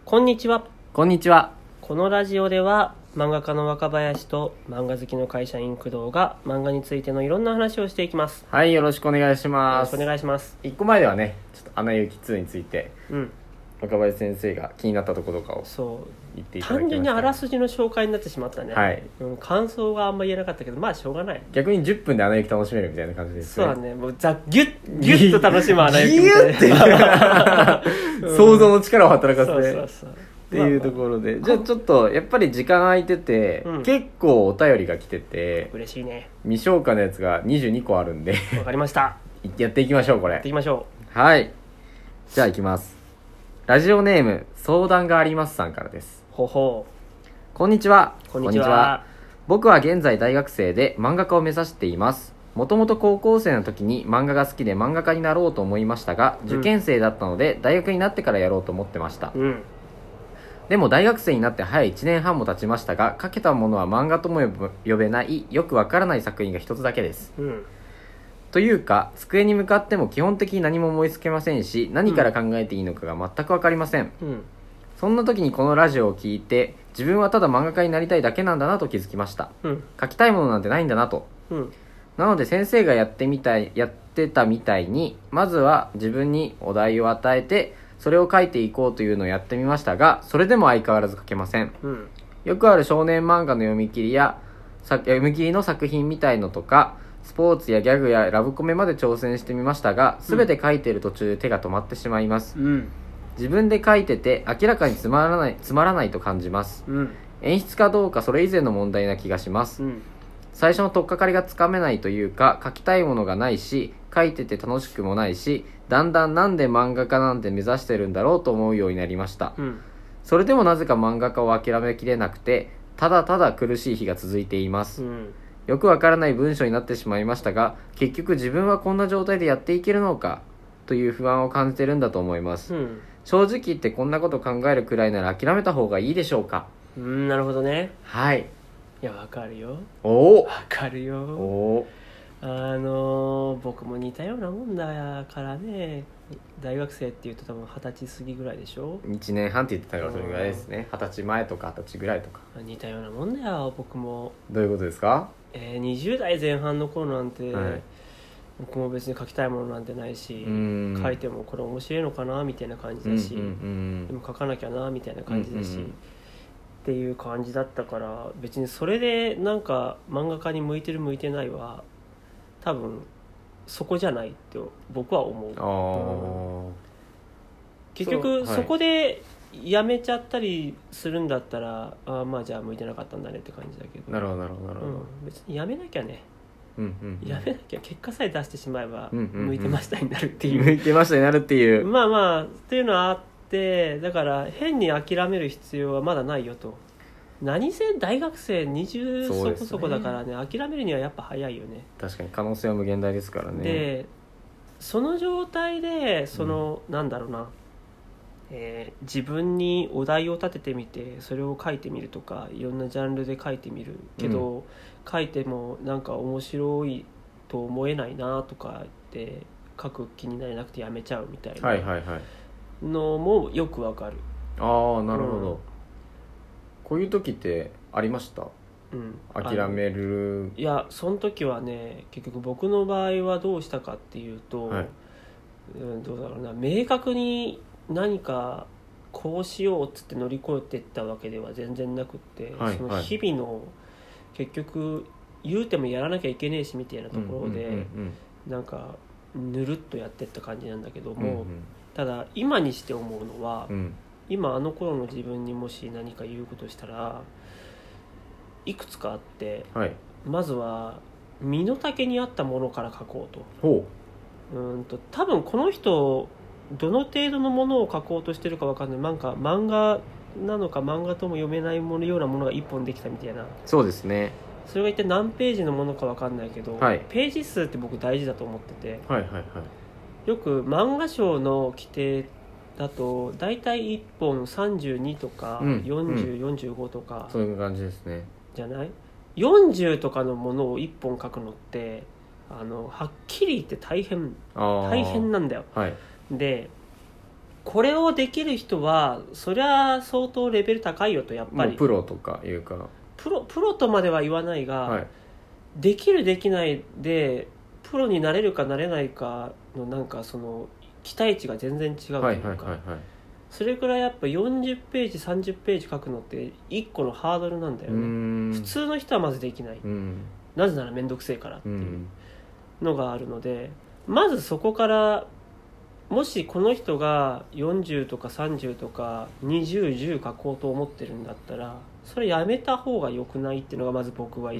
こんにちは。 こんにちは。 このラジオでは漫画家の若林と漫画好きの会社員工藤が漫画についてのいろんな話をしていきます。 はい、よろしくお願いしよろします。 くお願いします。 1個前ではね、ちょっとアナ雪2についてうん若林先生が気になったところとかをそう言っていただきました。 単純にあらすじの紹介になってしまったね。 はい感想があんま言えなかったけど、まあしょうがない。 逆に10分でアナ雪楽しめるみたいな感じですね。 そうだね。もうギュッと楽しむアナ雪みたいな。 ギュッて想像の力を働かせてそうっていうところで、じゃあちょっとやっぱり時間空いてて、 うん結構お便りが来てて、 嬉しいね。 未消化のやつが22個あるんでわかりました。 やっていきましょう。これやっていきましょはい、じゃあいきます。ラジオネーム相談がありますさんからです。 う。ほほこんにちは。 こんにちは。 僕は現在大学生で漫画家を目指しています。もともと高校生の時に漫画が好きで漫画家になろうと思いましたが、受験生だったので大学になってからやろうと思ってました。 うんでも大学生になって早1年半も経ちましたが、書けたものは漫画とも呼べないよくわからない作品が一つだけです。 うんというか、机に向かっても基本的に何も思いつけませんし、何から考えていいのかが全くわかりません。 うんそんな時にこのラジオを聞いて、自分はただ漫画家になりたいだけなんだなと気づきました。 うん書きたいものなんてないんだなと。 うんなので先生がやってたみたいに、まずは自分にお題を与えて、それを書いていこうというのをやってみましたが、それでも相変わらず書けません。 うんよくある少年漫画の読み切りや読み切りの作品みたいのとか、スポーツやギャグやラブコメまで挑戦してみましたが、全て書いている途中で手が止まってしまいます。 うん自分で書いてて明らかにつまらないと感じます。 うん演出かどうかそれ以前の問題な気がします。 うん最初の取っかかりがつかめないというか、書きたいものがないし、書いてて楽しくもないし、だんだんなんで漫画家なんて目指してるんだろうと思うようになりました。 うんそれでもなぜか漫画家を諦めきれなくて、ただただ苦しい日が続いています。 うんよくわからない文章になってしまいましたが、結局自分はこんな状態でやっていけるのかという不安を感じてるんだと思います。 うん正直言ってこんなこと考えるくらいなら諦めた方がいいでしょうか。 なるほどね。 はい。 いや、わかるよ。 おわかるよ。 お僕も似たようなもんだからね。大学生っていうと多分20歳過ぎぐらいでしょ。 1年半って言ってたからそれぐらいですね。20歳前とか20歳ぐらいとか。 似たようなもんだよ、僕も。 どういうことですか？ 20代前半の頃なんて、 はい僕も別に書きたいものなんてないし、書いてもこれ面白いのかなみたいな感じだし、でも書かなきゃなみたいな感じだし、っていう感じだったから、別にそれでなんか漫画家に向いてる向いてないは多分そこじゃないって僕は思う。結局そこでやめちゃったりするんだったら、まあじゃあ向いてなかったんだねって感じだけど、 なるほどなるほどなるほど。 別にやめなきゃね、やめなきゃ結果さえ出してしまえば向いてましたになるっていう、 向いてましたになるっていう。 まあまあっていうのはあって、だから変に諦める必要はまだないよと。何せ大学生20そこそこだからね、諦めるにはやっぱ早いよね。 確かに可能性は無限大ですからね。 でその状態でなんだろうな、自分にお題を立ててみてそれを書いてみるとか、いろんなジャンルで書いてみるけど、書いてもなんか面白いと思えないなとかって書く気になれなくてやめちゃうみたいなのもよくわかる。 ああ、なるほど。こういう時ってありました？諦める。 いや、その時はね、結局僕の場合はどうしたかっていうと、どうだろうな、明確に何かこうしようっつって乗り越えていったわけでは全然なくって、その日々の結局言うてもやらなきゃいけねえしみたいなところで、なんかぬるっとやってった感じなんだけども、ただ今にして思うのは、今あの頃の自分にもし何か言うことしたらいくつかあって、まずは身の丈に合ったものから書こうと。多分この人どの程度のものを書こうとしてるか分かんない。なんか漫画なのか漫画とも読めないものようなものが一本できたみたいな。 そうですね。 それが一体何ページのものか分かんないけど、ページ数って僕大事だと思ってて、よく漫画賞の規定だとだいたい1本32とか40、45とかそういう感じですね。 じゃない？ 40 とかのものを1本書くのってはっきり言って大変なんだよ。でこれをできる人はそりゃ相当レベル高いよと。やっぱりもうプロとかいうか、 プロとまでは言わないが、 はい、 できるできないでプロになれるかなれないかのなんかその期待値が全然違うというか、 はいはいはいはい、 それくらいやっぱ40ページ30ページ書くのって1個のハードルなんだよね。普通の人はまずできない、なぜなら面倒くせえからっていうのがあるので、まずそこから、もしこの人が40とか30とか20、10書こうと思ってるんだったら、それやめた方が良くないっていうのがまず僕は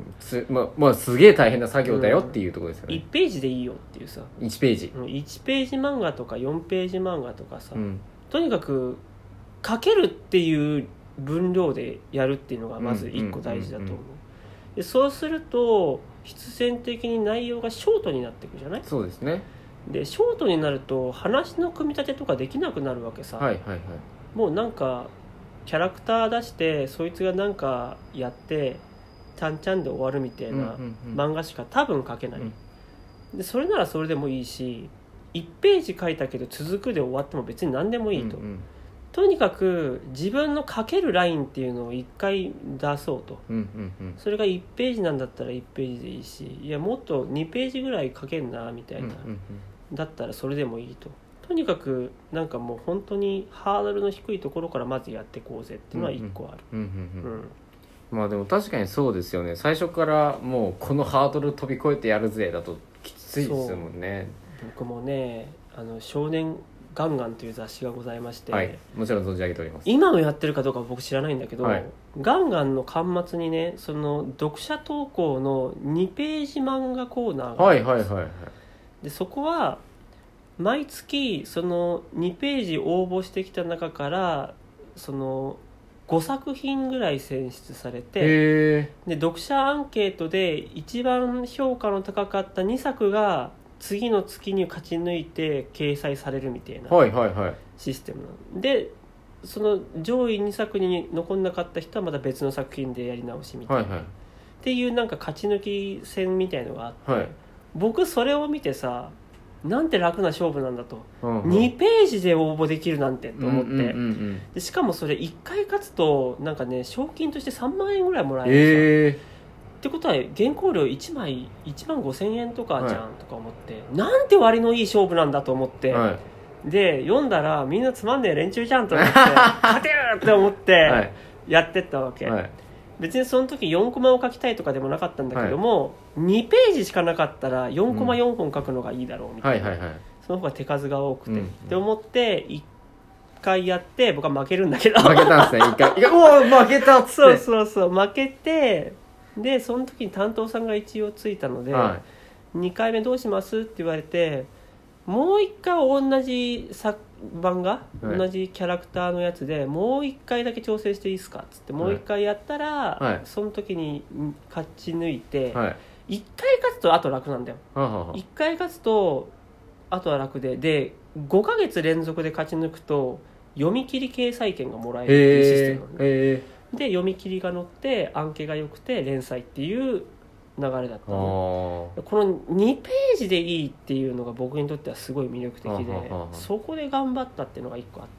1個、 まあすげえ大変な作業だよっていうところですよね。 1ページでいいよっていうさ、 1ページ、 1ページ漫画とか4ページ漫画とかさ、とにかく書けるっていう分量でやるっていうのがまず1個大事だと思う。でそうすると必然的に内容がショートになっていくじゃない。 そうですね。 でショートになると話の組み立てとかできなくなるわけさ、 はいはいはい、 もうなんかキャラクター出してそいつがなんかやってちゃんちゃんで終わるみたいな漫画しか多分書けない、でそれならそれでもいいし、1ページ書いたけど続くで終わっても別に何でもいいと、とにかく自分の書けるラインっていうのを1回出そうと、それが1ページなんだったら1ページでいいし、いやもっと2ページぐらい書けんなみたいな、だったらそれでもいいと。とにかくなんかもう本当にハードルの低いところからまずやっていこうぜっていうのは1個ある。 まあでも確かにそうですよね。最初からもうこのハードル飛び越えてやるぜだときついですもんね。 僕もね、少年ガンガンという雑誌がございまして、 はい、もちろん存じ上げております。 今もやってるかどうかは僕知らないんだけど、 はい、 ガンガンの巻末にね、その読者投稿の2ページ漫画コーナーがあるんです。 はいはいはいはい。 でそこは毎月その2ページ応募してきた中からその5作品ぐらい選出されて、で読者アンケートで一番評価の高かった2作が次の月に勝ち抜いて掲載されるみたいなシステムなので、その上位2作に残んなかった人はまた別の作品でやり直しみたいな、っていうなんか勝ち抜き戦みたいのがあって、僕それを見てさ、なんて楽な勝負なんだと、2ページで応募できるなんてと思って、でしかもそれ1回勝つとなんかね、賞金として3万円ぐらいもらえるさ、ってことは原稿料1枚1万5,000円とかじゃん、とか思って、なんて割のいい勝負なんだと思って、で読んだらみんなつまんねえ連中じゃんと思って勝てるって思ってやってったわけ、別にその時4コマを書きたいとかでもなかったんだけども、2ページしかなかったら4コマ4本書くのがいいだろうみたいな、その方が手数が多くて、って思って1回やって、僕は負けるんだけど負けたんですね1回うわ負けたっつって、 そう負けて、でその時に担当さんが一応ついたので、2回目どうしますって言われて、もう1回同じ版が、同じキャラクターのやつでもう1回だけ挑戦していいですかっつって、もう1回やったら、その時に勝ち抜いて、1回勝つとあと楽なんだよ、1回勝つとあとは楽で5ヶ月連続で勝ち抜くと読み切り掲載権がもらえるっていうシステムなんで、で読み切りが載って案件が良くて連載っていう流れだったの。この2ページでいいっていうのが僕にとってはすごい魅力的で、そこで頑張ったっていうのが1個あって、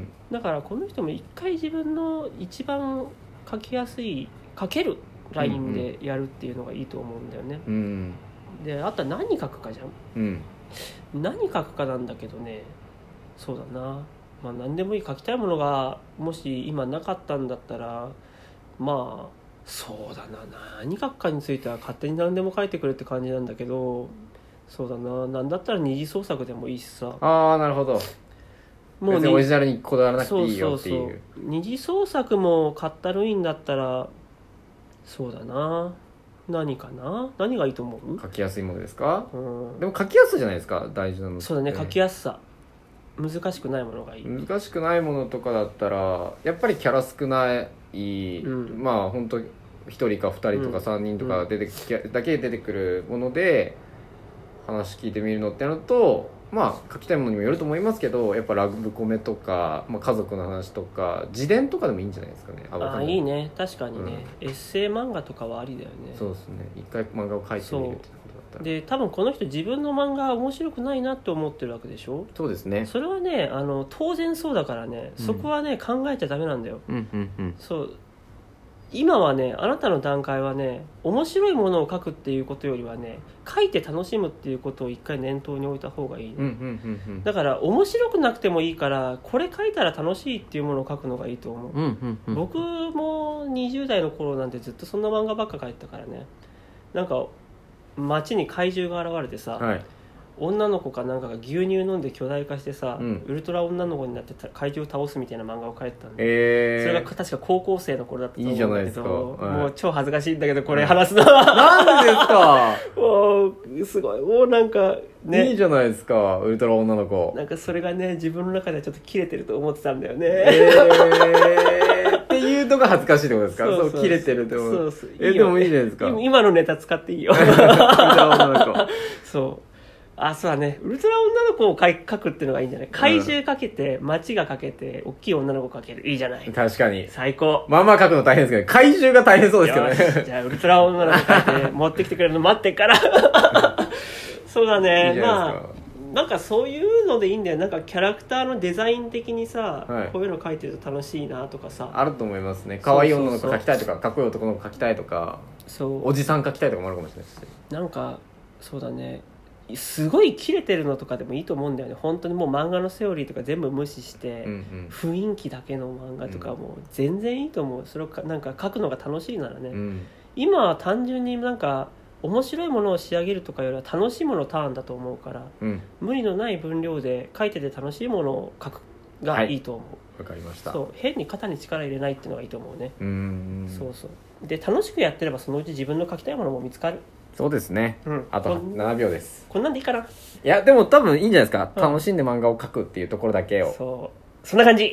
だからこの人も1回自分の一番書きやすい書けるラインでやるっていうのがいいと思うんだよね、であとは何書くかじゃん、何書くかなんだけどね、そうだな、まあ何でもいい、書きたいものがもし今なかったんだったら、まあそうだな、何書くかについては勝手に何でも書いてくれって感じなんだけど、そうだな、なんだったら二次創作でもいいしさ。 なるほど、もう別にオリジナルにこだわらなくていいよっていう。 二次創作もかったるいんだったら、そうだな、何かな、何がいいと思う？ 書きやすいものですか？でも書きやすさじゃないですか、大事なのって。 そうだね、書きやすさ、難しくないものがいい。 難しくないものとかだったらやっぱりキャラ少ない、まあ本当1人か2人とか3人とかだけ出てくるもので話聞いてみるのってなると、まあ書きたいものにもよると思いますけど、やっぱラブコメとか、まあ、家族の話とか自伝とかでもいいんじゃないですかね。 いいね、確かにね、エッセイ漫画とかはありだよね。 そうですね、一回漫画を書いてみるってことだっで多分この人自分の漫画面白くないなって思ってるわけでしょ。 そうですね。 それはね当然そうだからね、そこはね考えちゃダメなんだよ、そう今はねあなたの段階はね面白いものを書くっていうことよりはね書いて楽しむっていうことを一回念頭に置いた方がいい、ねだから面白くなくてもいいからこれ書いたら楽しいっていうものを書くのがいいと思う、僕も20代の頃なんてずっとそんな漫画ばっか書いてたからね。なんか街に怪獣が現れてさ、女の子かなんかが牛乳飲んで巨大化してさ、ウルトラ女の子になって怪獣を倒すみたいな漫画を描いてたんで、それが確か高校生の頃だったと思うんだけど、 いいじゃないですか、 もう超恥ずかしいんだけどこれ話すのなんでですかもうすごいもうなんかねいいじゃないですかウルトラ女の子。 なんかそれがね自分の中ではちょっとキレてると思ってたんだよね、 っていうのが恥ずかしいってことですか。そう切れてるってこと。そうでもいいじゃないですか。 今のネタ使っていいよウルトラ女の子そうそうだね。ウルトラ女の子を描くっていうのがいいんじゃない。怪獣かけて、街がかけて、大きい女の子かける。いいじゃない。 確かに。 最高。 まあまあ描くの大変ですけど、怪獣が大変そうですけどね。 じゃあ、ウルトラ女の子描いて、持ってきてくれるの待ってっから。そうだね。まあ、なんかそういうのでいいんだよ。なんかキャラクターのデザイン的にさ、こういうの描いてると楽しいなとかさ。 あると思いますね。可愛い女の子描きたいとか、かっこいい男の子描きたいとか、おじさん描きたいとかもあるかもしれないです。 なんか、そうだね。すごいキレてるのとかでもいいと思うんだよね。本当にもう漫画のセオリーとか全部無視して、雰囲気だけの漫画とかも全然いいと思う。それをなんか描くのが楽しいならね、今は単純になんか面白いものを仕上げるとかよりは楽しむのターンだと思うから、無理のない分量で描いてて楽しいものを描くがいいと思う。 わかりました。 そう変に肩に力入れないっていうのがいいと思うね。そうそうで楽しくやってればそのうち自分の描きたいものも見つかる。 そうですね、あと7秒です。 こんなんでいいかな。いやでも多分いいんじゃないですか、楽しんで漫画を描くっていうところだけを。 そんな感じ